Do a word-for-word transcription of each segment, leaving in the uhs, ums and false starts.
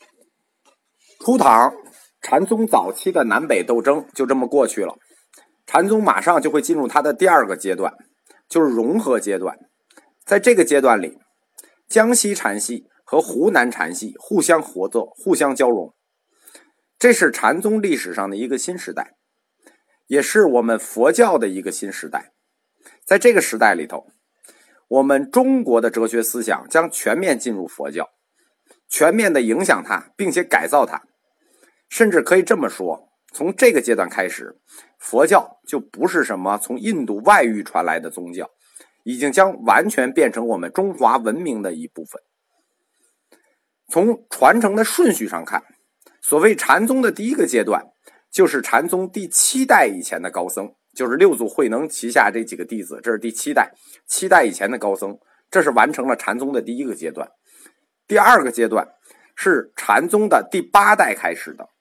初唐禅宗早期的南北斗争就这么过去了，禅宗马上就会进入它的第二个阶段，就是融合阶段。在这个阶段里，江西禅系和湖南禅系互相合作，互相交融，这是禅宗历史上的一个新时代，也是我们佛教的一个新时代。在这个时代里头，我们中国的哲学思想将全面进入佛教，全面的影响它，并且改造它。甚至可以这么说，从这个阶段开始，佛教就不是什么从印度外域传来的宗教，已经将完全变成我们中华文明的一部分。从传承的顺序上看，所谓禅宗的第一个阶段，就是禅宗第七代以前的高僧，就是六祖慧能旗下这几个弟子，这是第七代，七代以前的高僧，这是完成了禅宗的第一个阶段。第二个阶段是禅宗的第八代开始的。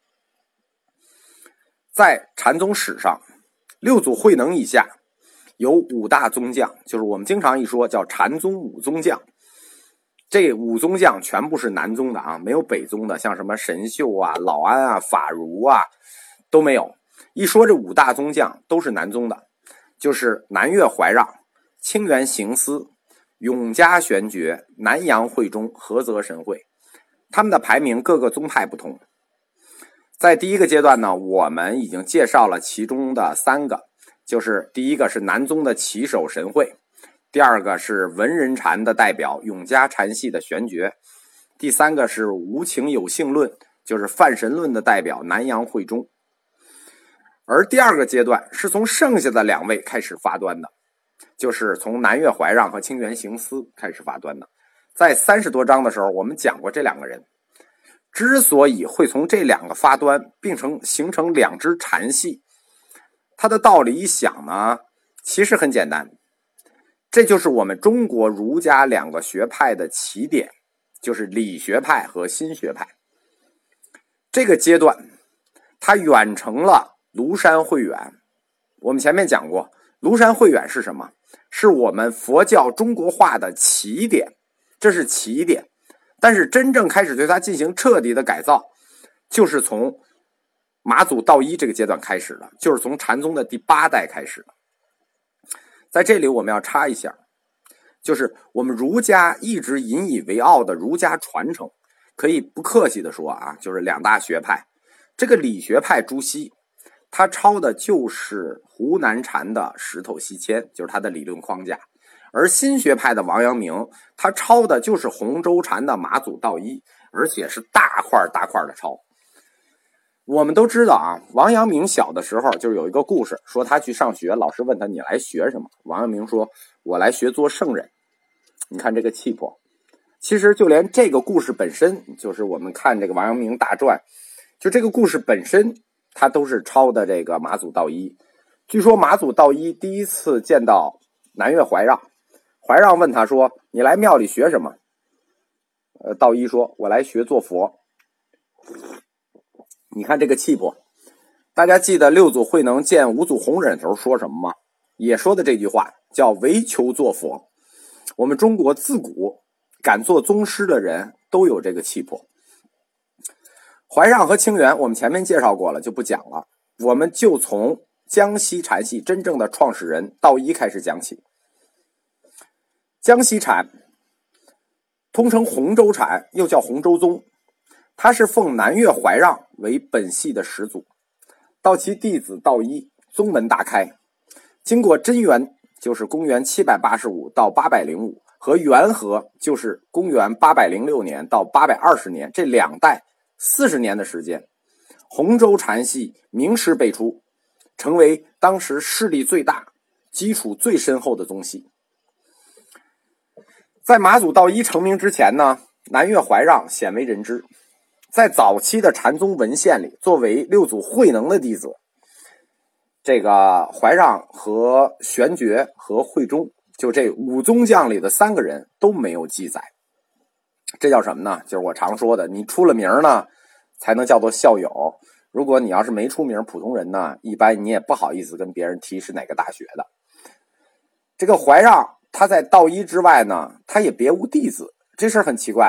在禅宗史上，六祖慧能以下有五大宗将，就是我们经常一说叫禅宗五宗将。这五宗将全部是南宗的啊，没有北宗的，像什么神秀啊、老安啊、法如啊都没有。一说这五大宗将都是南宗的，就是南岳怀让、清源行思、永嘉玄觉、南阳慧忠、菏泽神会。他们的排名各个宗派不同。在第一个阶段呢，我们已经介绍了其中的三个，就是第一个是南宗的旗手神会，第二个是文人禅的代表永嘉禅系的玄觉，第三个是无情有性论，就是泛神论的代表南阳慧忠。而第二个阶段是从剩下的两位开始发端的，就是从南岳怀让和清源行思开始发端的。在三十多章的时候，我们讲过这两个人。之所以会从这两个发端并成形成两支禅系，它的道理一想呢，其实很简单，这就是我们中国儒家两个学派的起点，就是理学派和心学派。这个阶段它远成了庐山慧远。我们前面讲过，庐山慧远是什么？是我们佛教中国化的起点，这是起点。但是真正开始对它进行彻底的改造，就是从马祖道一这个阶段开始的，就是从禅宗的第八代开始的。在这里我们要插一下，就是我们儒家一直引以为傲的儒家传承，可以不客气的说啊，就是两大学派。这个理学派朱熹，他抄的就是湖南禅的石头西迁，就是他的理论框架。而新学派的王阳明，他抄的就是洪州禅的马祖道一，而且是大块大块的抄。我们都知道啊，王阳明小的时候就是有一个故事，说他去上学，老师问他你来学什么？王阳明说我来学做圣人。你看这个气魄。其实就连这个故事本身，就是我们看这个王阳明大传，就这个故事本身他都是抄的这个马祖道一。据说马祖道一第一次见到南岳怀让，怀让问他说你来庙里学什么？呃，道一说我来学做佛。你看这个气魄。大家记得六祖慧能见五祖弘忍的时候说什么吗？也说的这句话叫唯求做佛。我们中国自古敢做宗师的人都有这个气魄。怀让和清源我们前面介绍过了，就不讲了，我们就从江西禅系真正的创始人道一开始讲起。江西禅通称洪州禅，又叫洪州宗，他是奉南岳怀让为本系的始祖，到其弟子道一，宗门大开。经过贞元，就是公元七百八十五到八百零五，和元和，就是公元八百零六年到八百二十年，这两代四十年的时间，洪州禅系名师辈出，成为当时势力最大、基础最深厚的宗系。在马祖道一成名之前呢，南岳怀让鲜为人知。在早期的禅宗文献里，作为六祖慧能的弟子，这个怀让和玄觉和慧忠，就这五宗将里的三个人都没有记载。这叫什么呢？就是我常说的，你出了名呢才能叫做校友，如果你要是没出名，普通人呢一般你也不好意思跟别人提是哪个大学的。这个怀让他在道一之外呢，他也别无弟子，这事儿很奇怪啊。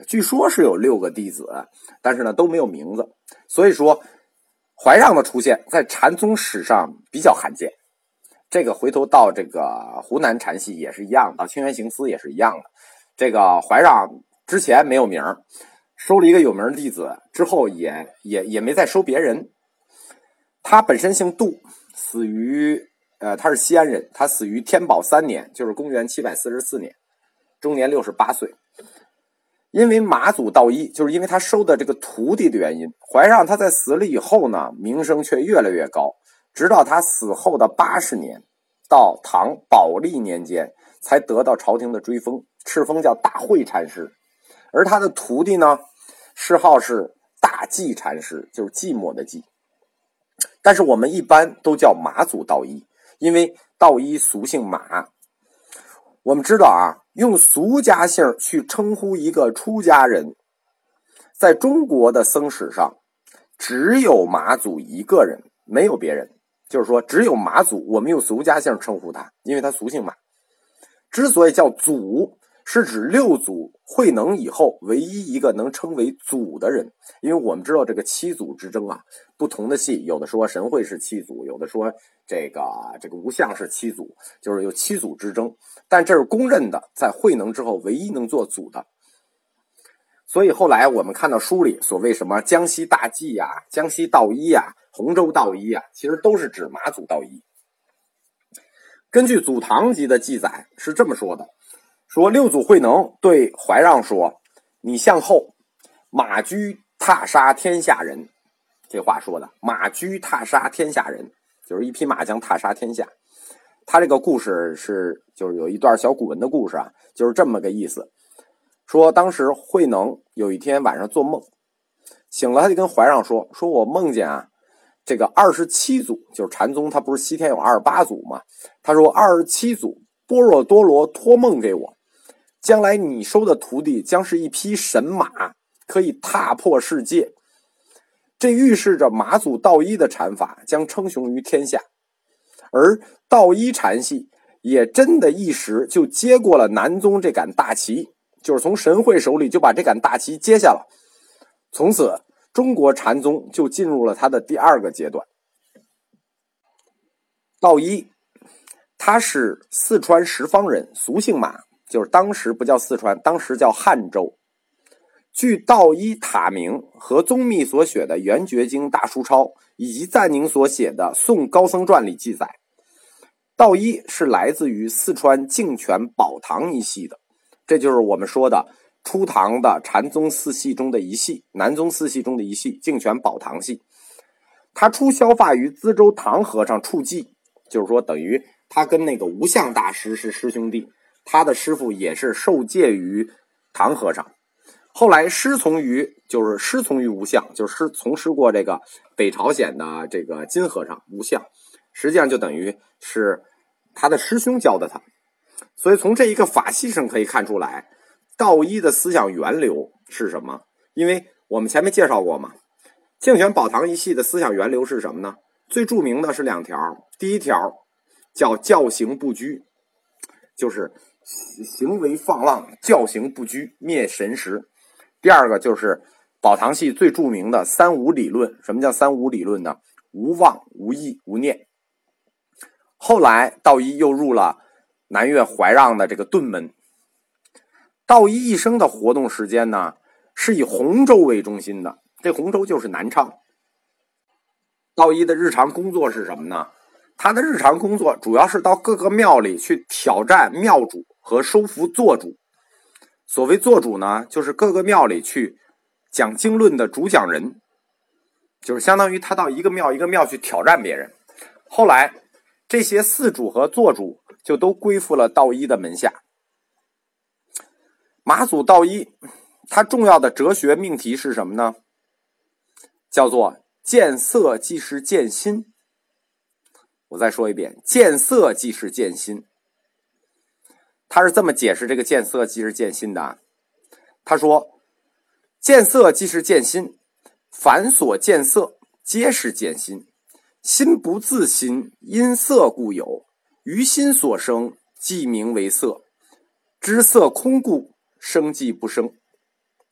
据说是有六个弟子，但是呢都没有名字。所以说怀让的出现在禅宗史上比较罕见。这个回头到这个湖南禅系也是一样，到清源行思也是一样的。这个怀让之前没有名，收了一个有名的弟子之后也也也没再收别人。他本身姓杜，死于呃他是西安人，他死于天宝三年，就是公元七百四十四年，终年六十八岁。因为马祖道一，就是因为他收的这个徒弟的原因，怀让他在死了以后呢，名声却越来越高，直到他死后的八十年，到唐宝历年间才得到朝廷的追封，敕封叫大慧禅师。而他的徒弟呢，谥号是大寂禅师，就是寂寞的寂。但是我们一般都叫马祖道一，因为道一俗姓马。我们知道啊，用俗家姓去称呼一个出家人，在中国的僧史上只有马祖一个人，没有别人。就是说只有马祖，我们用俗家姓称呼他，因为他俗姓马。之所以叫祖，是指六祖慧能以后唯一一个能称为祖的人。因为我们知道这个七祖之争啊，不同的系有的说神会是七祖，有的说这个这个无相是七祖，就是有七祖之争。但这是公认的，在慧能之后唯一能做祖的。所以后来我们看到书里所谓什么江西大寂呀、啊、江西道一呀、啊、洪州道一啊，其实都是指马祖道一。根据《祖堂集》的记载是这么说的，说六祖慧能对怀让说：“你向后，马驹踏杀天下人。”这话说的，马驹踏杀天下人，就是一匹马将踏杀天下。他这个故事是就是有一段小古文的故事啊，就是这么个意思。说当时慧能有一天晚上做梦，醒了他就跟怀让说：“说我梦见啊，这个二十七祖，就是禅宗，他不是西天有二十八祖吗？他说二十七祖般若多罗托梦给我，将来你收的徒弟将是一匹神马，可以踏破世界。这预示着马祖道一的禅法将称雄于天下。而道一禅系也真的一时就接过了南宗这杆大旗，就是从神会手里就把这杆大旗接下了。从此中国禅宗就进入了它的第二个阶段。道一他是四川什方人，俗姓马，就是当时不叫四川，当时叫汉州。据道一塔名和宗密所写的《圆觉经大书钞》以及赞宁所写的《宋高僧传》里记载，道一是来自于四川净泉宝堂一系的，这就是我们说的初唐的禅宗四系中的一系，南宗四系中的一系，净泉宝堂系。他出削发于资州唐和尚处寂，就是说等于他跟那个无相大师是师兄弟，他的师傅也是受戒于唐和尚。后来师从于就是师从于无相，就是师从师过这个北朝鲜的这个金和尚无相，实际上就等于是他的师兄教的他。所以从这一个法系上可以看出来，道一的思想源流是什么？因为我们前面介绍过嘛，净泉宝堂一系的思想源流是什么呢？最著名的是两条，第一条叫教行不居，就是行为放浪，教行不居，灭神识。第二个就是宝堂系最著名的三无理论。什么叫三无理论呢？无妄、无意、无念。后来道一又入了南岳怀让的这个顿门。道一一生的活动时间呢，是以洪州为中心的，这洪州就是南昌。道一的日常工作是什么呢？他的日常工作主要是到各个庙里去挑战庙主和收服座主。所谓座主呢，就是各个庙里去讲经论的主讲人，就是相当于他到一个庙一个庙去挑战别人。后来这些寺主和座主就都归附了道一的门下。马祖道一他重要的哲学命题是什么呢？叫做见色即是见心。我再说一遍，见色即是见心。他是这么解释这个见色即是见心的啊。他说，见色即是见心，凡所见色皆是见心，心不自心，因色故有，于心所生，即名为色，知色空故，生即不生。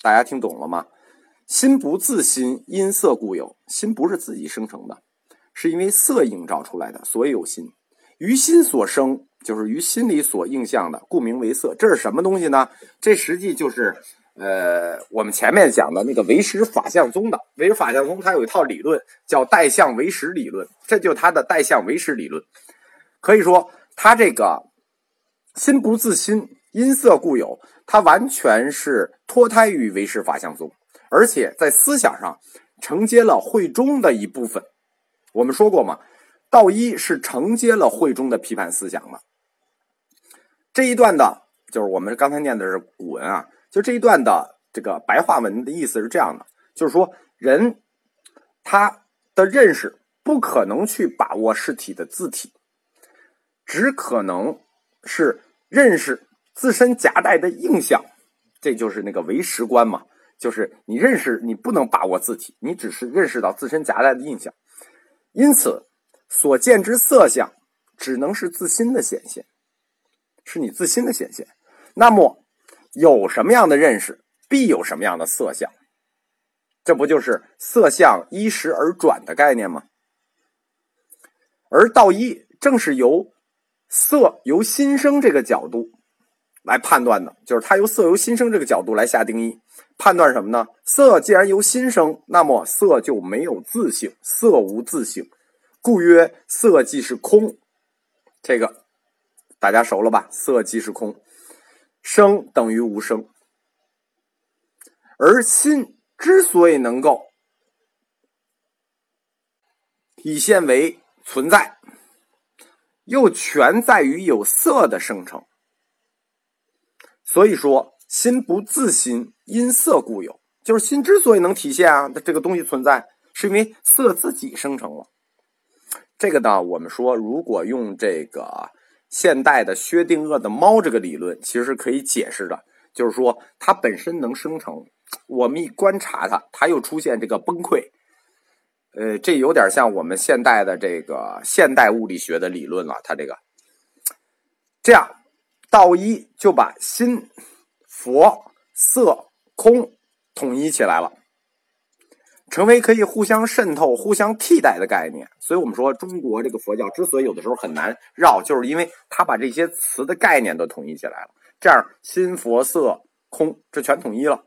大家听懂了吗？心不自心，因色故有。心不是自己生成的，是因为色映照出来的，所以有心。于心所生，就是于心里所映像的，故名为色。这是什么东西呢？这实际就是呃，我们前面讲的那个唯识法相宗的。唯识法相宗它有一套理论叫带相唯识理论，这就是它的带相唯识理论。可以说它这个心不自心，因色故有，它完全是脱胎于唯识法相宗，而且在思想上承接了慧中的一部分。我们说过嘛，道一是承接了慧中的批判思想的。这一段的就是我们刚才念的是古文啊，就这一段的这个白话文的意思是这样的，就是说人他的认识不可能去把握事体的自体，只可能是认识自身夹带的印象，这就是那个唯识观嘛，就是你认识你不能把握自体，你只是认识到自身夹带的印象，因此所见之色相只能是自心的显现，是你自心的显现。那么有什么样的认识，必有什么样的色相，这不就是色相依时而转的概念吗？而道一正是由色由心生这个角度来判断的，就是它由色由心生这个角度来下定义，判断什么呢？色既然由心生，那么色就没有自性，色无自性，故曰色即是空。这个大家熟了吧？色即是空，生等于无生。而心之所以能够体现为存在，又全在于有色的生成。所以说心不自心，因色故有，就是心之所以能体现啊这个东西存在，是因为色自己生成了。这个呢，我们说如果用这个现代的薛定谔的猫这个理论，其实是可以解释的，就是说它本身能生成，我们一观察它，它又出现这个崩溃。呃，这有点像我们现代的这个现代物理学的理论了，它这个这样道一就把心、佛、色、空统一起来了，成为可以互相渗透、互相替代的概念。所以我们说中国这个佛教之所以有的时候很难绕，就是因为它把这些词的概念都统一起来了，这样心、佛、色、空这全统一了。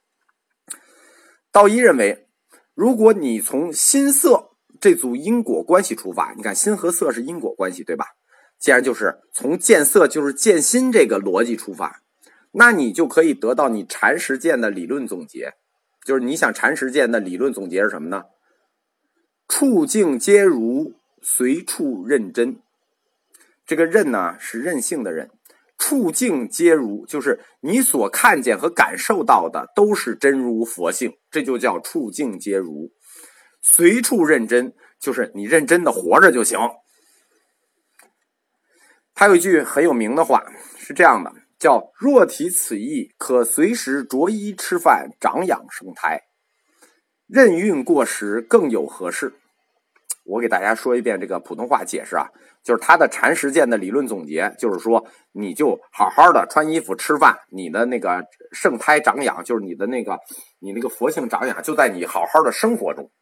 道一认为，如果你从心色这组因果关系出发，你看心和色是因果关系，对吧？既然就是从见色就是见心这个逻辑出发，那你就可以得到你禅实践的理论总结。就是你想禅实践的理论总结是什么呢？处境皆如，随处认真。这个认呢是任性的任，处境皆如，就是你所看见和感受到的都是真如佛性，这就叫处境皆如。随处认真，就是你认真的活着就行。他有一句很有名的话是这样的，叫若体此意，可随时着衣吃饭，长养生胎，任运过时，更有何事。我给大家说一遍这个普通话解释啊，就是他的禅实践的理论总结，就是说你就好好的穿衣服吃饭，你的那个圣胎长养，就是你的那个你那个佛性长养，就在你好好的生活中。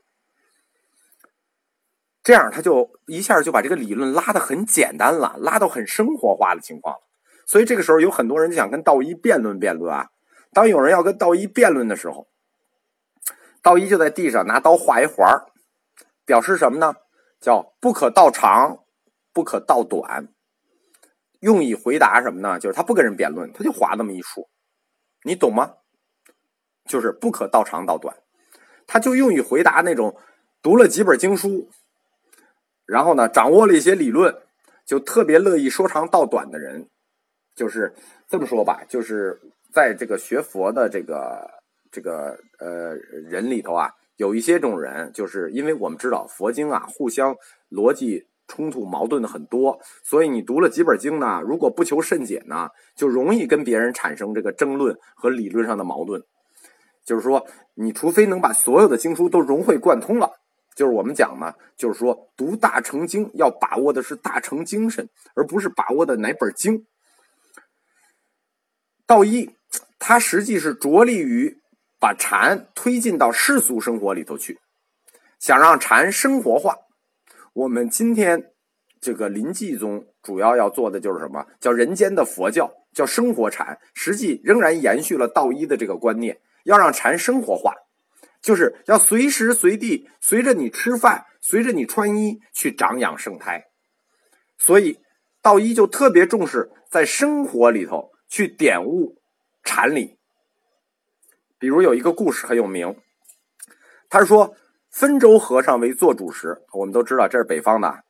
这样他就一下就把这个理论拉得很简单了，拉到很生活化的情况了。所以这个时候有很多人就想跟道一辩论辩论啊。当有人要跟道一辩论的时候，道一就在地上拿刀画一环，表示什么呢？叫不可道长，不可道短。用以回答什么呢？就是他不跟人辩论，他就画那么一竖，你懂吗？就是不可道长道短。他就用以回答那种读了几本经书，然后呢掌握了一些理论，就特别乐意说长道短的人。就是这么说吧，就是在这个学佛的这个这个呃人里头啊，有一些种人，就是因为我们知道佛经啊互相逻辑冲突矛盾的很多，所以你读了几本经呢，如果不求甚解呢，就容易跟别人产生这个争论和理论上的矛盾。就是说你除非能把所有的经书都融会贯通了，就是我们讲呢，就是说读大乘经要把握的是大乘精神，而不是把握的哪本经。道一他实际是着力于把禅推进到世俗生活里头去，想让禅生活化。我们今天这个临济宗主要要做的就是什么？叫人间的佛教，叫生活禅，实际仍然延续了道一的这个观念，要让禅生活化，就是要随时随地，随着你吃饭，随着你穿衣去长养生态。所以道一就特别重视在生活里头去点悟禅理。比如有一个故事很有名，他说汾州和尚为做主时，我们都知道这是北方的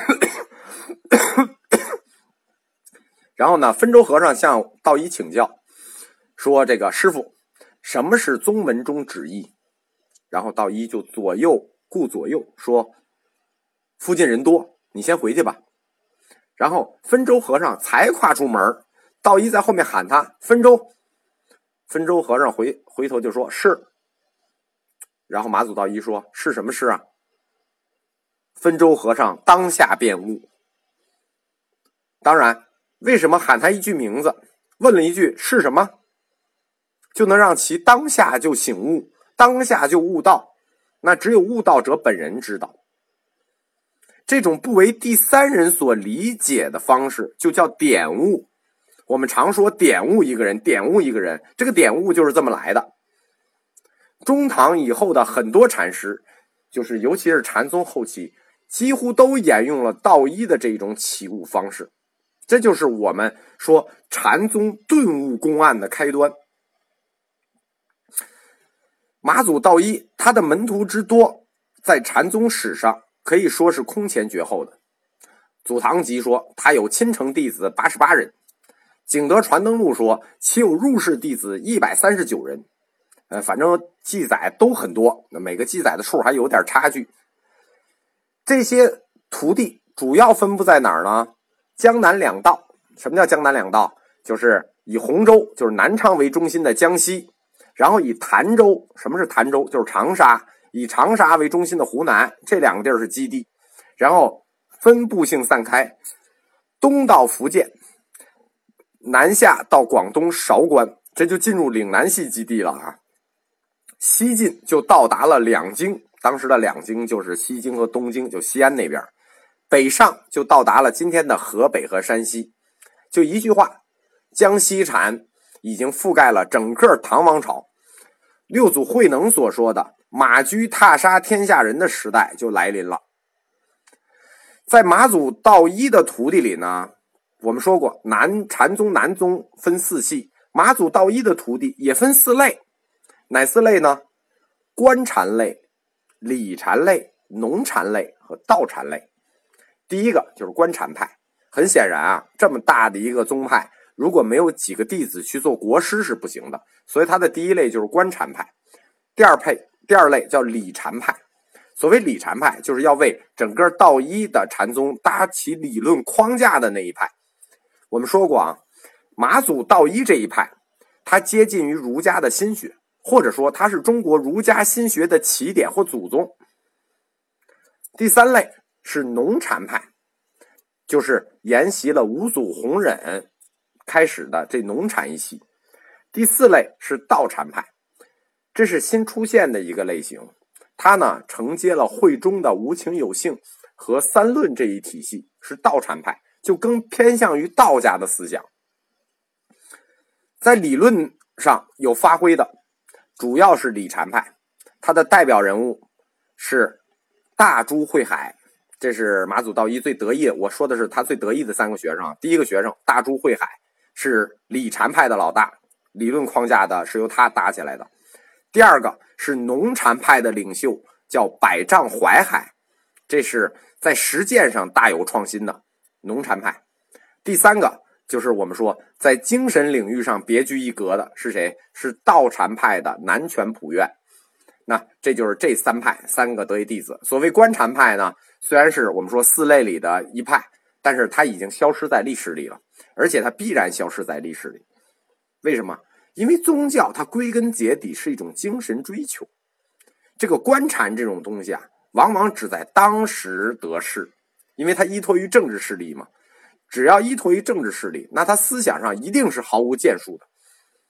然后呢，汾州和尚向道一请教，说这个师父，什么是宗文中旨意？然后道一就左右顾左右说，附近人多，你先回去吧。然后汾州和尚才跨出门，道一在后面喊他，汾州。汾州和尚回回头就说是。然后马祖道一说，是什么事啊？汾州和尚当下便悟。当然，为什么喊他一句名字，问了一句是什么，就能让其当下就醒悟，当下就悟道？那只有悟道者本人知道。这种不为第三人所理解的方式就叫点悟。我们常说点悟一个人，点悟一个人，这个点悟就是这么来的。中唐以后的很多禅师，就是尤其是禅宗后期，几乎都沿用了道一的这种启悟方式。这就是我们说禅宗顿悟公案的开端。马祖道一他的门徒之多，在禅宗史上可以说是空前绝后的。祖堂集说他有亲承弟子八十八人，景德传灯录说其有入室弟子一百三十九人。呃，反正记载都很多，每个记载的数还有点差距。这些徒弟主要分布在哪儿呢？江南两道。什么叫江南两道？就是以洪州，就是南昌为中心的江西，然后以潭州，什么是潭州？就是长沙，以长沙为中心的湖南，这两个地儿是基地。然后分布性散开，东到福建，南下到广东韶关，这就进入岭南系基地了啊。西进就到达了两京，当时的两京就是西京和东京，就西安那边。北上就到达了今天的河北和山西。就一句话，江西禅已经覆盖了整个唐王朝。六祖慧能所说的马驹踏杀天下人的时代就来临了。在马祖道一的徒弟里呢，我们说过南禅宗南宗分四系，马祖道一的徒弟也分四类。哪四类呢？观禅类、理禅类、农禅类和道禅类。第一个就是观禅派。很显然啊，这么大的一个宗派，如果没有几个弟子去做国师是不行的，所以他的第一类就是观禅派。第二派第二类叫理禅派。所谓理禅派，就是要为整个道一的禅宗搭起理论框架的那一派。我们说过啊，马祖道一这一派，它接近于儒家的心学，或者说它是中国儒家心学的起点或祖宗。第三类是农禅派，就是沿袭了五祖弘忍开始的这农禅一系。第四类是道禅派，这是新出现的一个类型，它呢承接了慧中的无情有性和三论这一体系，是道禅派，就更偏向于道家的思想。在理论上有发挥的主要是理禅派，他的代表人物是大珠慧海，这是马祖道一最得意的，我说的是他最得意的三个学生。第一个学生大珠慧海是理禅派的老大，理论框架的是由他搭起来的。第二个是农禅派的领袖，叫百丈怀海，这是在实践上大有创新的农禅派。第三个就是我们说在精神领域上别具一格的是谁？是道禅派的南泉普愿。那这就是这三派三个得意弟子。所谓观禅派呢，虽然是我们说四类里的一派，但是它已经消失在历史里了，而且它必然消失在历史里。为什么？因为宗教它归根结底是一种精神追求，这个观禅这种东西啊，往往只在当时得势，因为它依托于政治势力嘛。只要依托于政治势力，那他思想上一定是毫无建树的。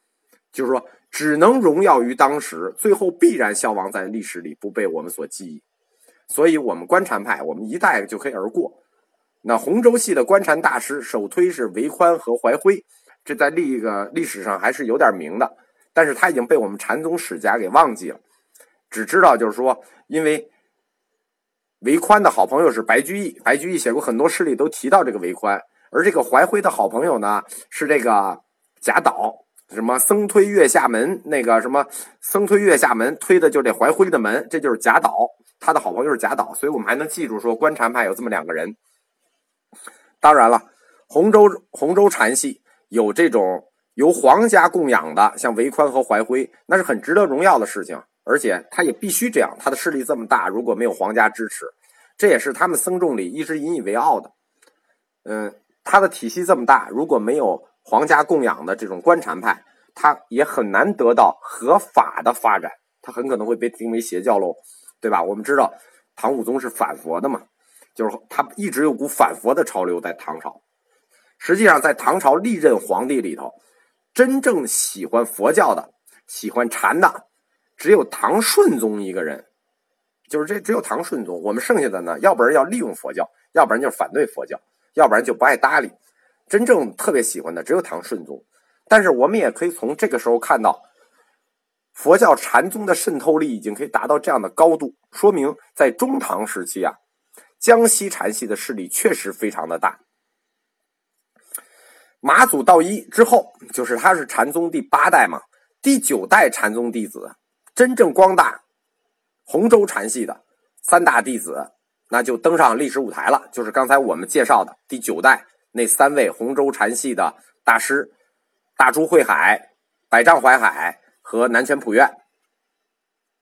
就是说只能荣耀于当时，最后必然消亡在历史里，不被我们所记忆。所以我们观禅派，我们一带就可以而过。那洪州系的观禅大师首推是韦宽和怀辉，这在历个历史上还是有点名的，但是他已经被我们禅宗史家给忘记了，只知道就是说，因为韦宽的好朋友是白居易，白居易写过很多诗里都提到这个韦宽，而这个怀辉的好朋友呢是这个贾岛，什么僧推月下门，那个什么僧推月下门推的就这怀辉的门，这就是贾岛，他的好朋友是贾岛，所以我们还能记住说观禅派有这么两个人。当然了，洪州洪州禅系有这种由皇家供养的，像韦宽和怀辉，那是很值得荣耀的事情，而且他也必须这样，他的势力这么大，如果没有皇家支持，这也是他们僧众里一直引以为傲的。嗯，他的体系这么大，如果没有皇家供养的这种观禅派，他也很难得到合法的发展，他很可能会被定为邪教喽，对吧？我们知道唐武宗是反佛的嘛，就是他一直有股反佛的潮流在唐朝。实际上在唐朝历任皇帝里头，真正喜欢佛教的，喜欢禅的，只有唐顺宗一个人，就是这只有唐顺宗。我们剩下的呢，要不然要利用佛教，要不然就是反对佛教，要不然就不爱搭理。真正特别喜欢的只有唐顺宗。但是我们也可以从这个时候看到，佛教禅宗的渗透力已经可以达到这样的高度，说明在中唐时期啊，江西禅系的势力确实非常的大。马祖道一之后，就是他是禅宗第八代嘛，第九代禅宗弟子，真正光大洪州禅系的三大弟子，那就登上历史舞台了，就是刚才我们介绍的第九代那三位洪州禅系的大师，大珠慧海、百丈怀海和南泉普愿。